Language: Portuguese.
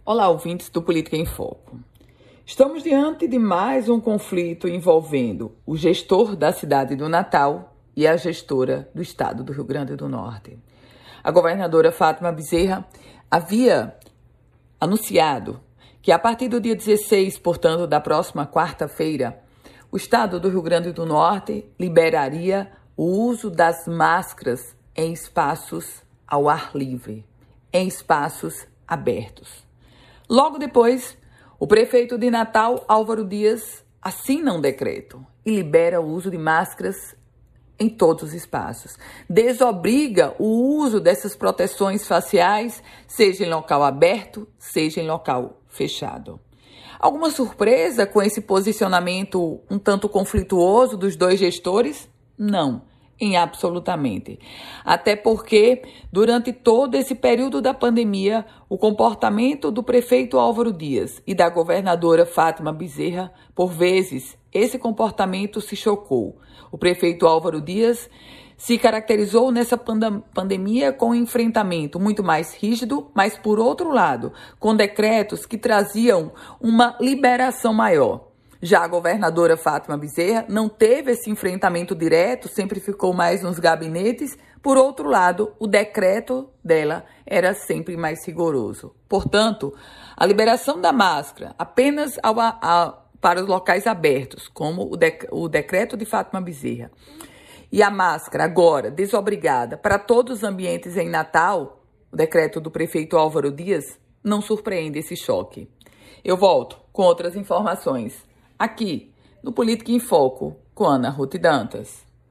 Olá, ouvintes do Política em Foco. Estamos diante de mais um conflito envolvendo o gestor da cidade do Natal e a gestora do estado do Rio Grande do Norte. A governadora Fátima Bezerra havia anunciado que a partir do dia 16, portanto, da próxima quarta-feira, o estado do Rio Grande do Norte liberaria o uso das máscaras em espaços ao ar livre, em espaços abertos. Logo depois, o prefeito de Natal, Álvaro Dias, assina um decreto e libera o uso de máscaras em todos os espaços. Desobriga o uso dessas proteções faciais, seja em local aberto, seja em local fechado. Alguma surpresa com esse posicionamento um tanto conflituoso dos dois gestores? Não. Absolutamente. Até porque, durante todo esse período da pandemia, o comportamento do prefeito Álvaro Dias e da governadora Fátima Bezerra, por vezes, esse comportamento se chocou. O prefeito Álvaro Dias se caracterizou nessa pandemia com um enfrentamento muito mais rígido, mas, por outro lado, com decretos que traziam uma liberação maior. Já a governadora Fátima Bezerra não teve esse enfrentamento direto, sempre ficou mais nos gabinetes. Por outro lado, o decreto dela era sempre mais rigoroso. Portanto, a liberação da máscara apenas para os locais abertos, como o decreto de Fátima Bezerra, e a máscara agora desobrigada para todos os ambientes em Natal, o decreto do prefeito Álvaro Dias, não surpreende esse choque. Eu volto com outras informações aqui no Política em Foco, com Ana Ruth Dantas.